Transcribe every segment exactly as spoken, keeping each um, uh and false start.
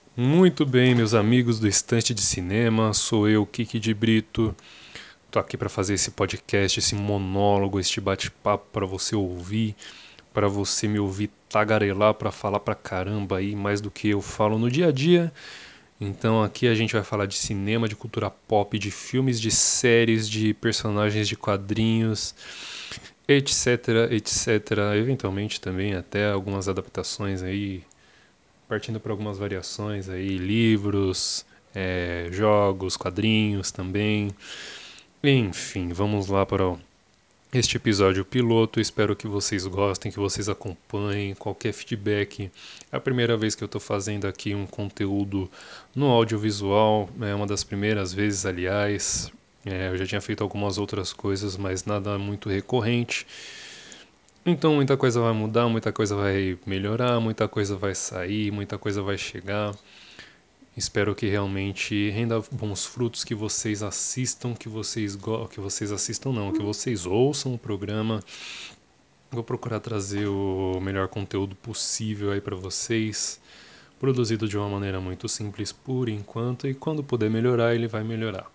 Muito bem, meus amigos do Estante de Cinema, sou eu, Kiki de Brito. Tô aqui para fazer esse podcast, esse monólogo, este bate-papo para você ouvir, para você me ouvir tagarelar para falar pra caramba aí mais do que eu falo no dia a dia. Então aqui a gente vai falar de cinema, de cultura pop, de filmes, de séries, de personagens de quadrinhos, etc, etc. Eventualmente também até algumas adaptações aí partindo para algumas variações aí, livros, é, jogos, quadrinhos também. Enfim, vamos lá para este episódio piloto. Espero que vocês gostem, que vocês acompanhem. Qualquer feedback. É a primeira vez que eu estou fazendo aqui um conteúdo no audiovisual. É uma das primeiras vezes, aliás. É, eu já tinha feito algumas outras coisas, mas nada muito recorrente. Então muita coisa vai mudar, muita coisa vai melhorar, muita coisa vai sair, muita coisa vai chegar. Espero que realmente renda bons frutos, que vocês assistam, que vocês go que vocês assistam não, que vocês ouçam o programa. Vou procurar trazer o melhor conteúdo possível aí para vocês, produzido de uma maneira muito simples por enquanto, e quando puder melhorar, ele vai melhorar.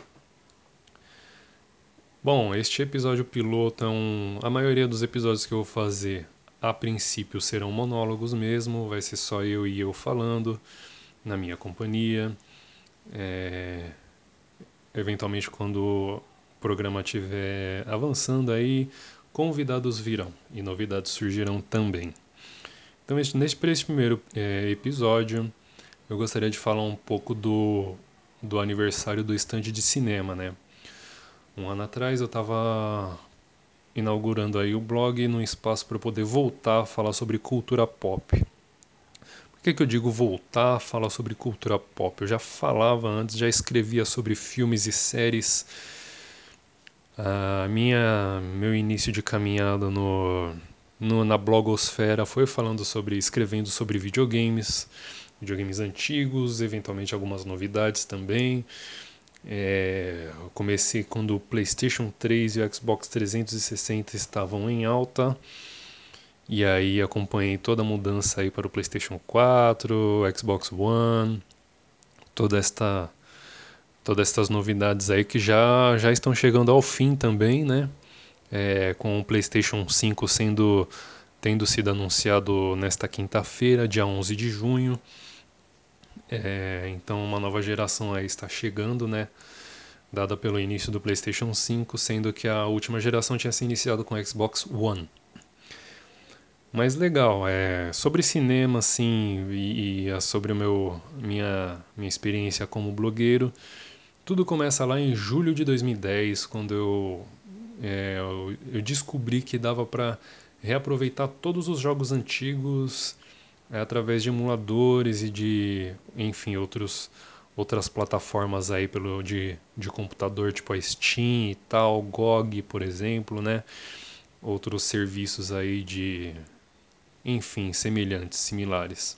Bom, este episódio piloto é um... A maioria dos episódios que eu vou fazer, a princípio, serão monólogos mesmo, vai ser só eu e eu falando, na minha companhia. É... Eventualmente, quando o programa estiver avançando aí, convidados virão e novidades surgirão também. Então, neste, para este primeiro é, episódio, eu gostaria de falar um pouco do, do aniversário do stand de cinema, né? Um ano atrás eu estava inaugurando aí o blog num espaço para poder voltar a falar sobre cultura pop. Por que, que eu digo voltar a falar sobre cultura pop? Eu já falava antes, já escrevia sobre filmes e séries. A minha, meu início de caminhada no, no, na blogosfera foi falando sobre, escrevendo sobre videogames, videogames antigos, eventualmente algumas novidades também. É, eu comecei quando o PlayStation três e o Xbox trezentos e sessenta estavam em alta. E aí acompanhei toda a mudança aí para o PlayStation quatro, Xbox One, toda esta todas estas novidades aí que já já estão chegando ao fim também, né? É, com o PlayStation cinco sendo tendo sido anunciado nesta quinta-feira, dia onze de junho. É, então uma nova geração aí está chegando, né? Dada pelo início do PlayStation cinco, sendo que a última geração tinha se iniciado com o Xbox One. Mas legal, é sobre cinema, assim, e, e sobre o meu, minha, minha experiência como blogueiro. Tudo começa lá em julho de dois mil e dez, quando eu, é, eu, eu descobri que dava para reaproveitar todos os jogos antigos é, através de emuladores e de, enfim, outros, outras plataformas aí pelo, de, de computador, tipo a Steam e tal, G O G, por exemplo, né? Outros serviços aí de, enfim, semelhantes, similares.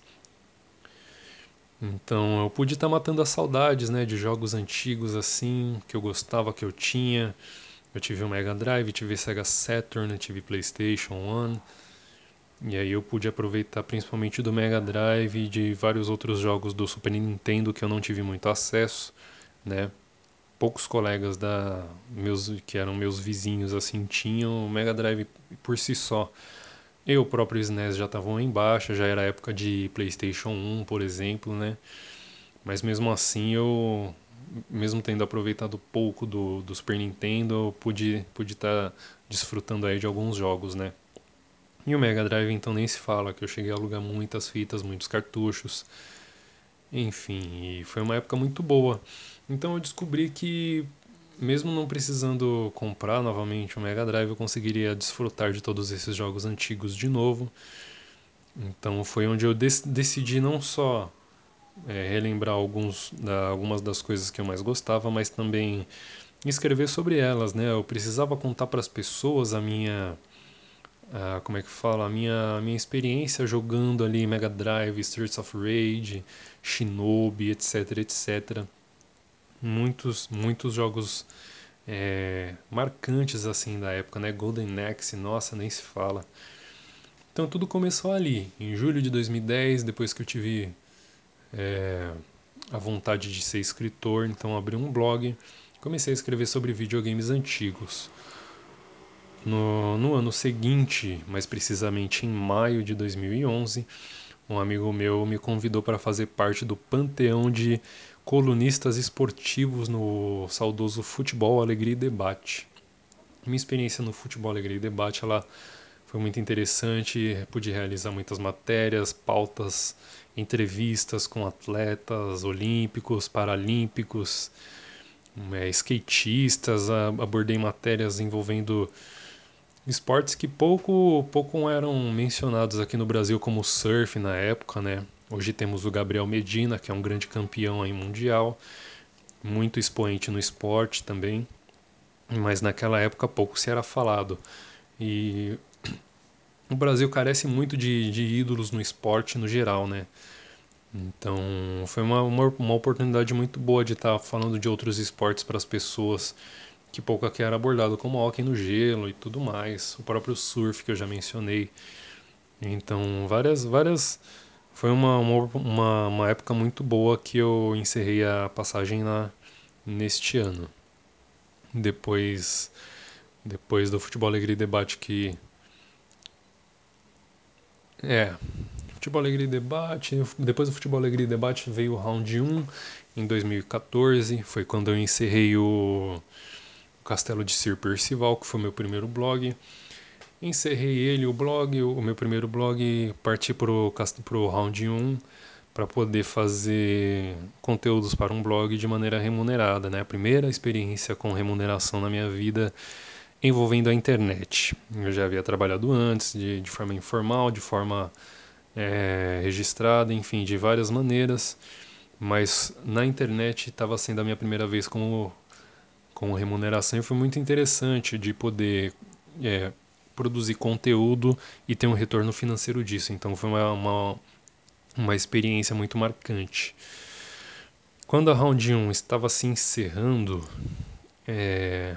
Então eu pude estar matando as saudades, né, de jogos antigos assim, que eu gostava, que eu tinha. Eu tive o Mega Drive, tive Sega Saturn, tive PlayStation One. E aí eu pude aproveitar principalmente do Mega Drive e de vários outros jogos do Super Nintendo que eu não tive muito acesso, né? Poucos colegas da meus que eram meus vizinhos assim tinham o Mega Drive por si só. Eu próprio S N E S já estavam em baixa, já era época de PlayStation um, por exemplo, né? Mas mesmo assim eu, mesmo tendo aproveitado pouco do, do Super Nintendo, eu pude pude estar desfrutando aí de alguns jogos, né? E o Mega Drive então nem se fala, que eu cheguei a alugar muitas fitas, muitos cartuchos, enfim, e foi uma época muito boa. Então eu descobri que mesmo não precisando comprar novamente o Mega Drive, eu conseguiria desfrutar de todos esses jogos antigos de novo. Então foi onde eu dec decidi não só é, relembrar alguns, da, algumas das coisas que eu mais gostava, mas também escrever sobre elas, né? Eu precisava contar para as pessoas a minha, a, como é que fala, a minha, a minha experiência jogando ali Mega Drive, Streets of Rage, Shinobi, etc, etcétera. Muitos, muitos jogos é, marcantes assim da época, né? Golden Axe, nossa, nem se fala. Então tudo começou ali, em julho de dois mil e dez, depois que eu tive é, a vontade de ser escritor, então abri um blog e comecei a escrever sobre videogames antigos. No, no ano seguinte, mais precisamente em maio de dois mil e onze, um amigo meu me convidou para fazer parte do panteão de colunistas esportivos no saudoso Futebol, Alegria e Debate. Minha experiência no Futebol, Alegria e Debate ela foi muito interessante, pude realizar muitas matérias, pautas, entrevistas com atletas olímpicos, paralímpicos, é, skatistas, abordei matérias envolvendo esportes que pouco, pouco eram mencionados aqui no Brasil, como o surf na época, né? Hoje temos o Gabriel Medina, que é um grande campeão aí mundial, muito expoente no esporte também, mas naquela época pouco se era falado. E o Brasil carece muito de, de ídolos no esporte no geral, né? Então foi uma, uma, uma oportunidade muito boa de estar falando de outros esportes para as pessoas que pouco aqui era abordado, como hóquei no gelo e tudo mais, o próprio surf que eu já mencionei. Então, várias, várias. Foi uma, uma, uma, uma época muito boa que eu encerrei a passagem na, neste ano. Depois, depois do Futebol Alegria e Debate que. É, Futebol Alegria e Debate. Depois do Futebol Alegria e Debate veio o Round um em dois mil e quatorze. Foi quando eu encerrei o Castelo de Sir Percival, que foi meu primeiro blog. Encerrei ele, o blog, o meu primeiro blog, parti para o Round um para poder fazer conteúdos para um blog de maneira remunerada, né? A primeira experiência com remuneração na minha vida envolvendo a internet. Eu já havia trabalhado antes, de, de forma informal, de forma é, registrada, enfim, de várias maneiras, mas na internet estava sendo a minha primeira vez como, com remuneração e foi muito interessante de poder é, produzir conteúdo e ter um retorno financeiro disso. Então foi uma, uma, uma experiência muito marcante. Quando a Round um estava se encerrando, é,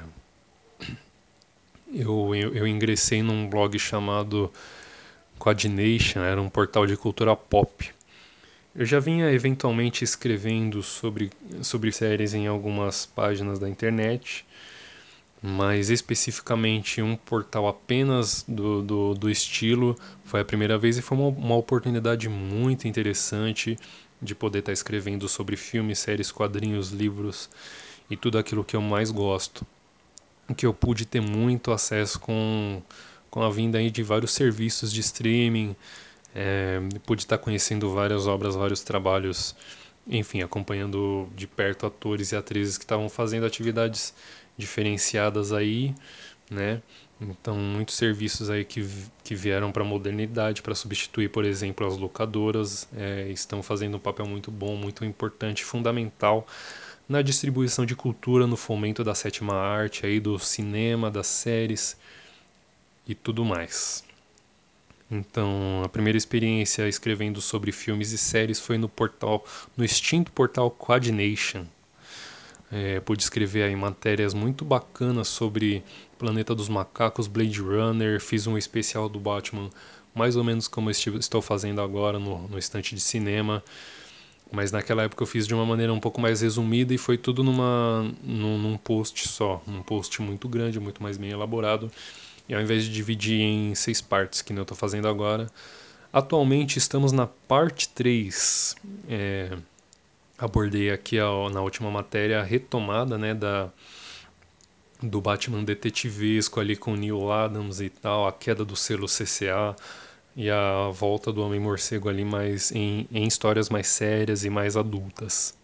eu, eu, eu ingressei num blog chamado Quadnation, era um portal de cultura pop. Eu já vinha eventualmente escrevendo sobre, sobre séries em algumas páginas da internet, mas especificamente um portal apenas do, do, do estilo foi a primeira vez e foi uma, uma oportunidade muito interessante de poder estar escrevendo sobre filmes, séries, quadrinhos, livros e tudo aquilo que eu mais gosto. Que eu pude ter muito acesso com, com a vinda aí de vários serviços de streaming, é, pude estar conhecendo várias obras, vários trabalhos, enfim, acompanhando de perto atores e atrizes que estavam fazendo atividades diferenciadas aí, né? Então, muitos serviços aí que, que vieram para a modernidade para substituir, por exemplo, as locadoras, é, estão fazendo um papel muito bom, muito importante, fundamental na distribuição de cultura, no fomento da sétima arte, aí do cinema, das séries e tudo mais. Então, a primeira experiência escrevendo sobre filmes e séries foi no portal, no extinto portal Quadnation. É, pude escrever aí matérias muito bacanas sobre Planeta dos Macacos, Blade Runner, fiz um especial do Batman, mais ou menos como eu estou fazendo agora no, no estante de cinema, mas naquela época eu fiz de uma maneira um pouco mais resumida e foi tudo numa, num, num post só, um post muito grande, muito mais bem elaborado, e ao invés de dividir em seis partes, que nem eu estou fazendo agora, atualmente estamos na parte três. É, abordei aqui a, na última matéria a retomada, né, da, do Batman detetivesco ali com Neil Adams e tal, a queda do selo C C A e a volta do Homem-Morcego ali mais em, em histórias mais sérias e mais adultas.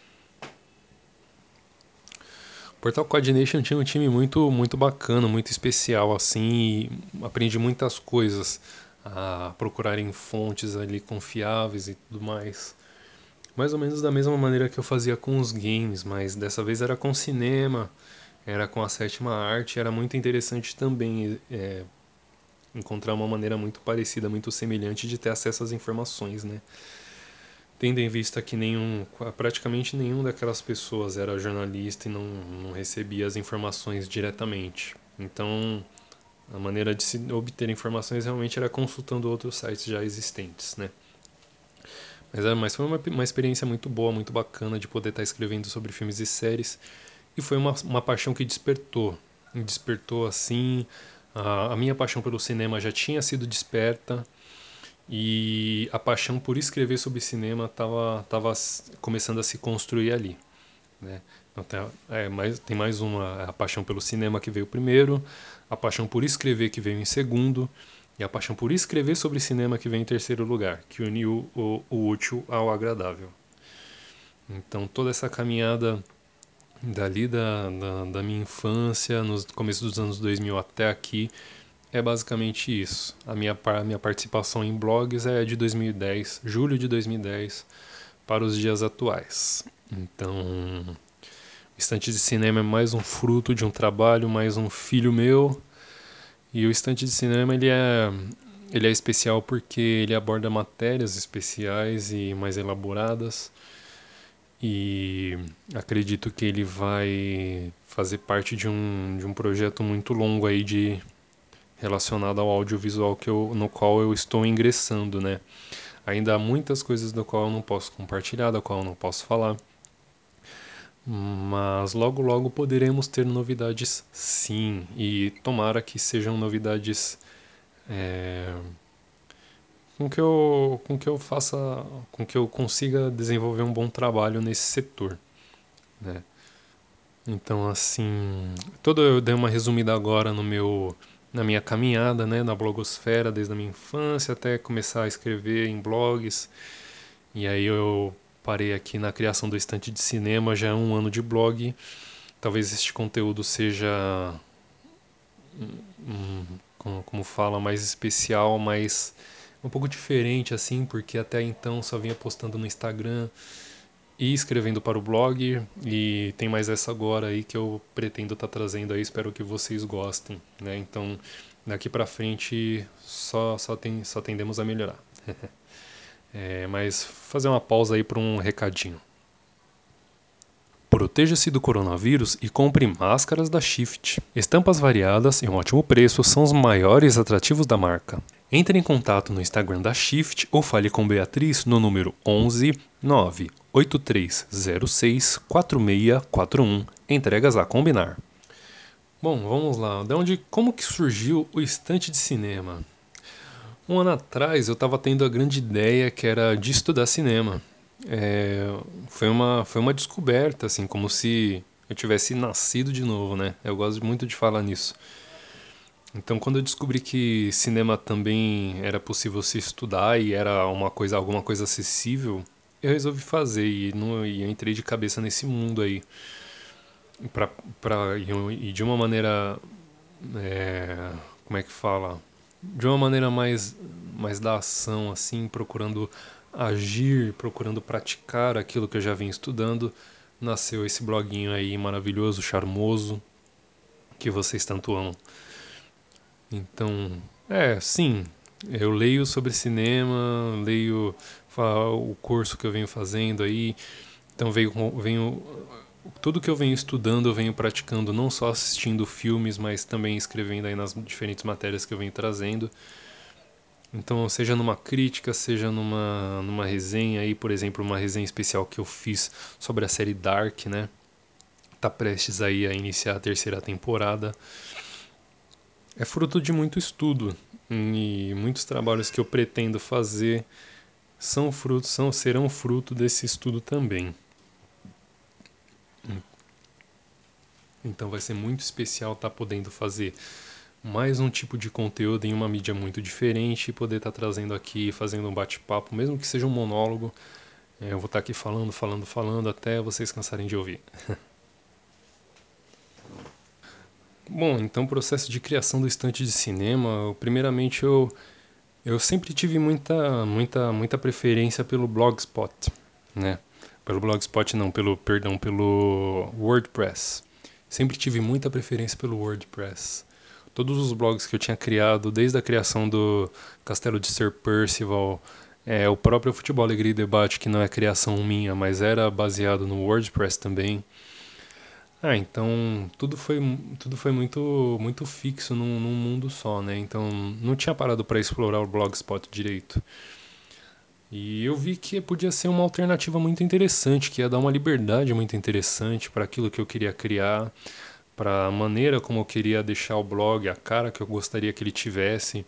O Portal Coordination tinha um time muito, muito bacana, muito especial assim, e aprendi muitas coisas a procurar em fontes ali confiáveis e tudo mais. Mais ou menos da mesma maneira que eu fazia com os games, mas dessa vez era com cinema, era com a sétima arte, era muito interessante também é, encontrar uma maneira muito parecida, muito semelhante de ter acesso às informações, né? Tendo em vista que nenhum, praticamente nenhum daquelas pessoas era jornalista e não, não recebia as informações diretamente. Então, a maneira de se obter informações realmente era consultando outros sites já existentes, né? Mas, é, mas foi uma, uma experiência muito boa, muito bacana de poder estar escrevendo sobre filmes e séries. E foi uma, uma paixão que despertou. Despertou assim. A, a minha paixão pelo cinema já tinha sido desperta. E a paixão por escrever sobre cinema estava tava começando a se construir ali. Né? Então, tem, é, mais, tem mais uma, a paixão pelo cinema que veio primeiro, a paixão por escrever que veio em segundo, e a paixão por escrever sobre cinema que veio em terceiro lugar, que uniu o, o útil ao agradável. Então toda essa caminhada dali da, da, da minha infância, nos começos dos anos dois mil até aqui, é basicamente isso. A minha, a minha participação em blogs é de dois mil e dez, julho de dois mil e dez, para os dias atuais. Então, Estante de Cinema é mais um fruto de um trabalho, mais um filho meu. E o Estante de Cinema ele é, ele é especial porque ele aborda matérias especiais e mais elaboradas. E acredito que ele vai fazer parte de um, de um projeto muito longo aí de relacionado ao audiovisual que eu, no qual eu estou ingressando, né? Ainda há muitas coisas do qual eu não posso compartilhar, da qual eu não posso falar. Mas logo logo poderemos ter novidades sim. E tomara que sejam novidades é, com que eu com que eu faça, com que eu consiga desenvolver um bom trabalho nesse setor, né? Então assim, todo eu dei uma resumida agora no meu na minha caminhada, né, na blogosfera desde a minha infância até começar a escrever em blogs. E aí eu parei aqui na criação do Estante de Cinema, já é um ano de blog. Talvez este conteúdo seja, hum, como, como fala, mais especial, mais um pouco diferente assim, porque até então só vinha postando no Instagram e escrevendo para o blog, e tem mais essa agora aí que eu pretendo estar tá trazendo aí, espero que vocês gostem, né? Então, daqui para frente só só tem só tendemos a melhorar. É, mas fazer uma pausa aí para um recadinho. Proteja-se do coronavírus e compre máscaras da Shift. Estampas variadas e um ótimo preço são os maiores atrativos da marca. Entre em contato no Instagram da Shift ou fale com Beatriz no número onze nove oito três zero seis quatro seis quatro um. Entregas a combinar. Bom, vamos lá. De onde, como que surgiu o Estante de Cinema? Um ano atrás eu estava tendo a grande ideia que era de estudar cinema. É, foi uma foi uma descoberta, assim, como se eu tivesse nascido de novo, né? Eu gosto muito de falar nisso. Então, quando eu descobri que cinema também era possível se estudar e era uma coisa, alguma coisa acessível, eu resolvi fazer e, não, e eu entrei de cabeça nesse mundo aí. Pra, pra, e, e de uma maneira. É, como é que fala? De uma maneira mais, mais da ação, assim, procurando agir, procurando praticar aquilo que eu já vinha estudando, nasceu esse bloguinho aí maravilhoso, charmoso, que vocês tanto amam. Então, é, sim, eu leio sobre cinema, leio o curso que eu venho fazendo aí, então venho, venho tudo que eu venho estudando, eu venho praticando não só assistindo filmes, mas também escrevendo aí nas diferentes matérias que eu venho trazendo. Então, seja numa crítica, seja numa, numa resenha aí, por exemplo, uma resenha especial que eu fiz sobre a série Dark, né? Tá prestes aí a iniciar a terceira temporada. É fruto de muito estudo e muitos trabalhos que eu pretendo fazer são frutos, são, serão fruto desse estudo também. Então vai ser muito especial estar tá podendo fazer mais um tipo de conteúdo em uma mídia muito diferente e poder estar tá trazendo aqui, fazendo um bate-papo, mesmo que seja um monólogo. Eu vou estar tá aqui falando, falando, falando até vocês cansarem de ouvir. Bom, então o processo de criação do Estante de Cinema, primeiramente eu, eu sempre tive muita, muita, muita preferência pelo Blogspot, né? Pelo Blogspot não, pelo, perdão, pelo WordPress. Sempre tive muita preferência pelo WordPress. Todos os blogs que eu tinha criado, desde a criação do Castelo de Sir Percival, é, o próprio Futebol Alegria e Debate, que não é criação minha, mas era baseado no WordPress também. Ah, então tudo foi, tudo foi muito, muito fixo num, num mundo só, né? Então não tinha parado para explorar o Blogspot direito. E eu vi que podia ser uma alternativa muito interessante, que ia dar uma liberdade muito interessante para aquilo que eu queria criar, para a maneira como eu queria deixar o blog, a cara que eu gostaria que ele tivesse.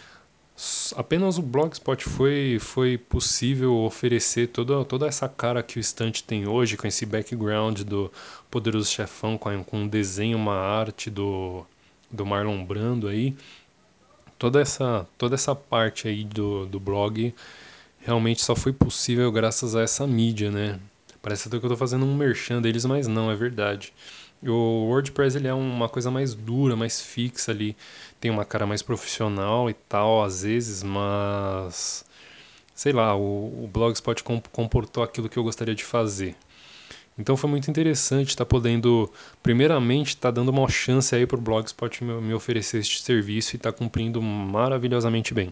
Apenas o Blogspot foi, foi possível oferecer toda, toda essa cara que o Estante tem hoje, com esse background do Poderoso Chefão, com, com um desenho, uma arte do, do Marlon Brando aí. Toda essa, toda essa parte aí do, do blog realmente só foi possível graças a essa mídia, né? Parece até que eu tô fazendo um merchan deles, mas não, é verdade. O WordPress ele é uma coisa mais dura, mais fixa ali, tem uma cara mais profissional e tal, às vezes, mas sei lá, o, o Blogspot comportou aquilo que eu gostaria de fazer. Então foi muito interessante estar tá podendo, primeiramente, estar tá dando uma chance aí para o Blogspot me, me oferecer este serviço e estar tá cumprindo maravilhosamente bem.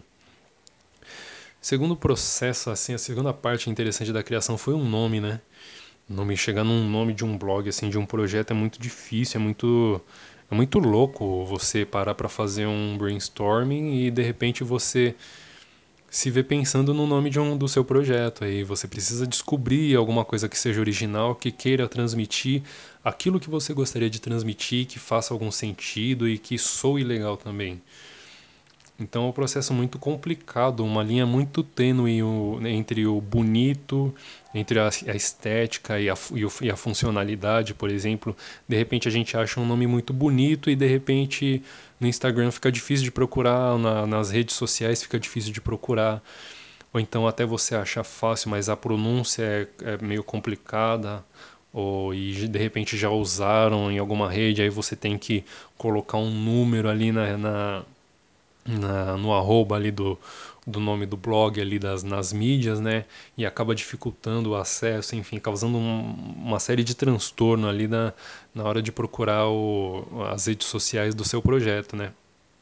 Segundo processo, assim, a segunda parte interessante da criação foi um nome, né? Nome, chegar num nome de um blog, assim, de um projeto é muito difícil, é muito, é muito louco você parar para fazer um brainstorming e de repente você se vê pensando no nome de um do seu projeto. Aí você precisa descobrir alguma coisa que seja original, que queira transmitir aquilo que você gostaria de transmitir, que faça algum sentido e que soe legal também. Então é um processo muito complicado, uma linha muito tênue entre o bonito, entre a estética e a, e a funcionalidade, por exemplo. De repente a gente acha um nome muito bonito e de repente no Instagram fica difícil de procurar, na, nas redes sociais fica difícil de procurar. Ou então até você achar fácil, mas a pronúncia é, é meio complicada. Ou, e de repente já usaram em alguma rede, aí você tem que colocar um número ali na, na na, no arroba ali do, do nome do blog ali das, nas mídias, né? E acaba dificultando o acesso, enfim, causando um, uma série de transtorno ali na, na hora de procurar o, as redes sociais do seu projeto, né?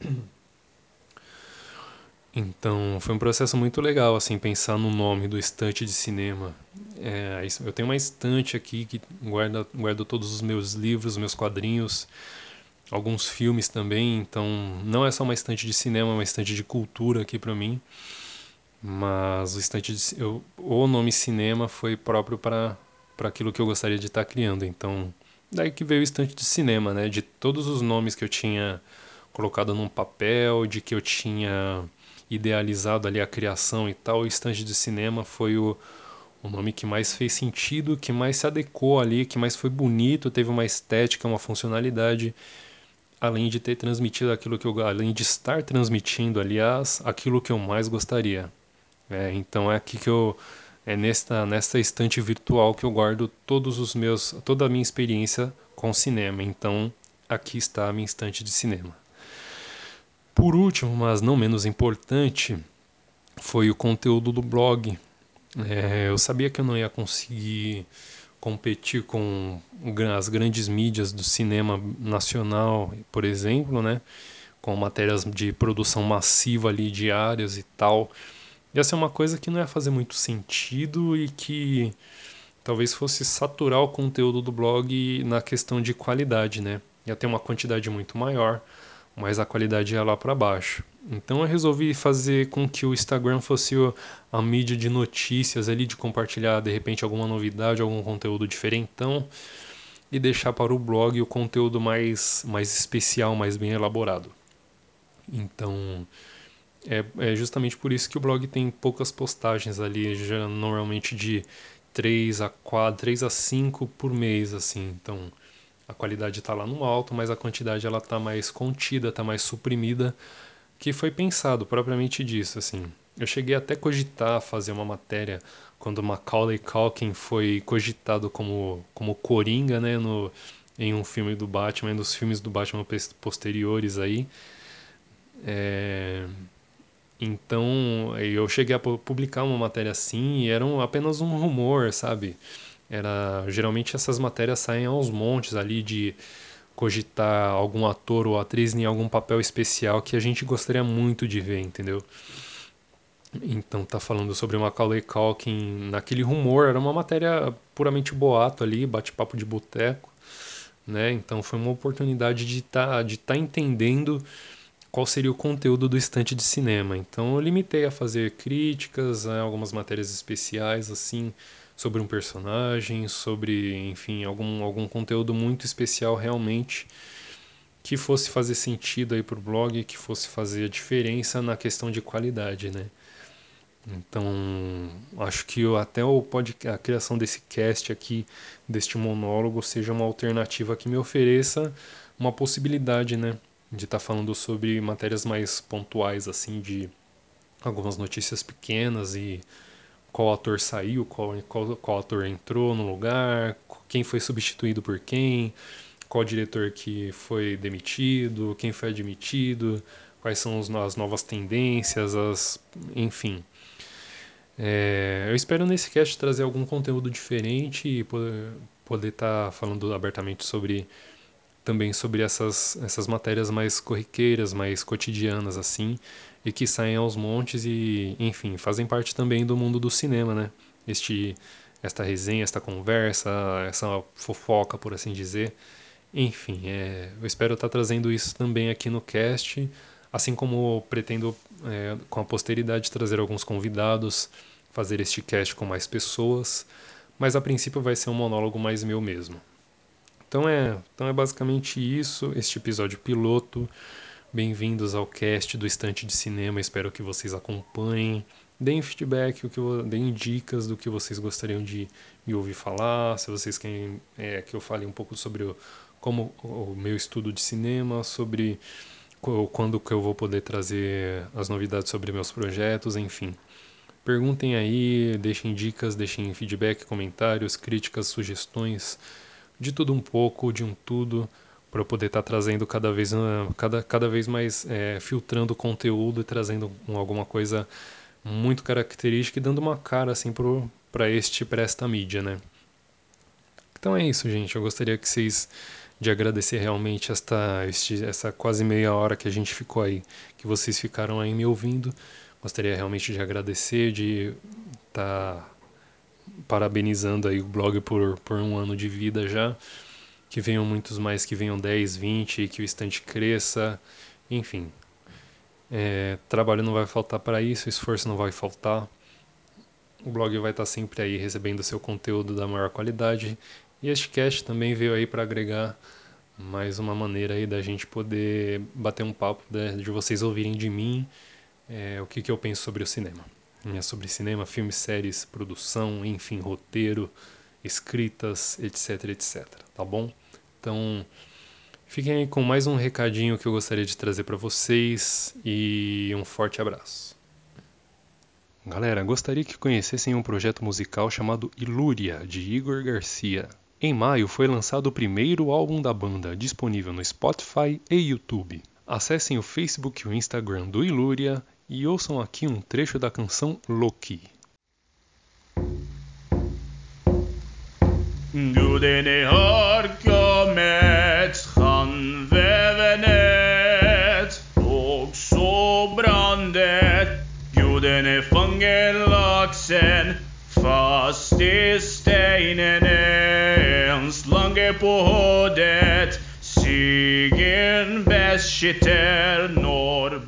Então foi um processo muito legal, assim, pensar no nome do estante de cinema. É, eu tenho uma estante aqui que guarda, guarda todos os meus livros, meus quadrinhos, alguns filmes também, então não é só uma estante de cinema, é uma estante de cultura aqui para mim. Mas o estante de, eu, o nome cinema foi próprio para para aquilo que eu gostaria de estar tá criando. Então, daí que veio o estante de cinema, né? De todos os nomes que eu tinha colocado num papel, de que eu tinha idealizado ali a criação e tal, o estante de cinema foi o, o nome que mais fez sentido, que mais se adequou ali, que mais foi bonito, teve uma estética, uma funcionalidade, além de ter transmitido aquilo que eu, além de estar transmitindo, aliás, aquilo que eu mais gostaria. É, então é aqui que eu é nesta nesta estante virtual que eu guardo todos os meus toda a minha experiência com cinema. Então aqui está a minha estante de cinema. Por último, mas não menos importante, foi o conteúdo do blog. É, eu sabia que eu não ia conseguir competir com as grandes mídias do cinema nacional, por exemplo, né? Com matérias de produção massiva ali diárias e tal. Ia ser uma coisa que não ia fazer muito sentido e que talvez fosse saturar o conteúdo do blog na questão de qualidade, né? Ia ter uma quantidade muito maior, mas a qualidade ia lá para baixo. Então eu resolvi fazer com que o Instagram fosse a mídia de notícias ali, de compartilhar de repente alguma novidade, algum conteúdo diferentão e deixar para o blog o conteúdo mais, mais especial, mais bem elaborado. Então é, é justamente por isso que o blog tem poucas postagens ali, já normalmente de três a quatro, três a cinco por mês, assim. Então a qualidade está lá no alto, mas a quantidade ela tá mais contida, está mais suprimida, que foi pensado propriamente disso, assim. Eu cheguei até a cogitar fazer uma matéria quando Macaulay Culkin foi cogitado como, como Coringa, né, no, em um filme do Batman, nos filmes do Batman posteriores aí. É, então, eu cheguei a publicar uma matéria assim e era apenas um rumor, sabe? Era, geralmente essas matérias saem aos montes ali de cogitar algum ator ou atriz em algum papel especial que a gente gostaria muito de ver, entendeu? Então tá falando sobre o Macaulay Culkin naquele rumor, era uma matéria puramente boato ali, bate-papo de boteco, né? Então foi uma oportunidade de tá, de tá entendendo qual seria o conteúdo do Estante de Cinema. Então eu limitei a fazer críticas a algumas matérias especiais, assim, sobre um personagem, sobre, enfim, algum, algum conteúdo muito especial realmente que fosse fazer sentido aí pro blog, que fosse fazer a diferença na questão de qualidade, né? Então, acho que eu, até o pod, a criação desse cast aqui, deste monólogo, seja uma alternativa que me ofereça uma possibilidade, né? De estar tá falando sobre matérias mais pontuais, assim, de algumas notícias pequenas e qual ator saiu, qual, qual, qual ator entrou no lugar, quem foi substituído por quem, qual diretor que foi demitido, quem foi admitido, quais são as novas tendências, as, enfim. É, eu espero nesse cast trazer algum conteúdo diferente e poder estar tá falando abertamente sobre também sobre essas, essas matérias mais corriqueiras, mais cotidianas assim, e que saem aos montes e, enfim, fazem parte também do mundo do cinema, né? Este, esta resenha, esta conversa, essa fofoca, por assim dizer. Enfim, é, eu espero estar trazendo isso também aqui no cast, assim como pretendo, é, com a posteridade, trazer alguns convidados, fazer este cast com mais pessoas, mas a princípio vai ser um monólogo mais meu mesmo. Então é, então é basicamente isso, este episódio piloto. Bem-vindos ao cast do Estante de Cinema, espero que vocês acompanhem, deem feedback, o que eu, deem dicas do que vocês gostariam de me ouvir falar, se vocês querem é, que eu fale um pouco sobre o, como o meu estudo de cinema, sobre quando que eu vou poder trazer as novidades sobre meus projetos, enfim. Perguntem aí, deixem dicas, deixem feedback, comentários, críticas, sugestões, de tudo um pouco, de um tudo, para eu poder estar tá trazendo cada vez, cada, cada vez mais, é, filtrando o conteúdo e trazendo alguma coisa muito característica e dando uma cara assim para este, para esta mídia, né? Então é isso, gente. Eu gostaria que vocês de agradecer realmente esta, este, essa quase meia hora que a gente ficou aí, que vocês ficaram aí me ouvindo. Gostaria realmente de agradecer, de estar tá parabenizando aí o blog por, por um ano de vida já. Que venham muitos mais, que venham dez, vinte, que o estante cresça, enfim. É, trabalho não vai faltar para isso, esforço não vai faltar. O blog vai estar sempre aí recebendo seu conteúdo da maior qualidade. E este cast também veio aí para agregar mais uma maneira aí da gente poder bater um papo, né, de vocês ouvirem de mim é, o que, que eu penso sobre o cinema. É sobre cinema, filmes, séries, produção, enfim, roteiro, escritas, etc, etc. Tá bom? Então, fiquem aí com mais um recadinho que eu gostaria de trazer para vocês e um forte abraço. Galera, gostaria que conhecessem um projeto musical chamado Ilúria, de Igor Garcia. Em maio foi lançado o primeiro álbum da banda, disponível no Spotify e YouTube. Acessem o Facebook e o Instagram do Ilúria e ouçam aqui um trecho da canção Loki. Gudene har kommit, han vävenet, och så brann det. Gudene fångelaxen, fast i steinen, en slange på hodet. Sigen beskytter når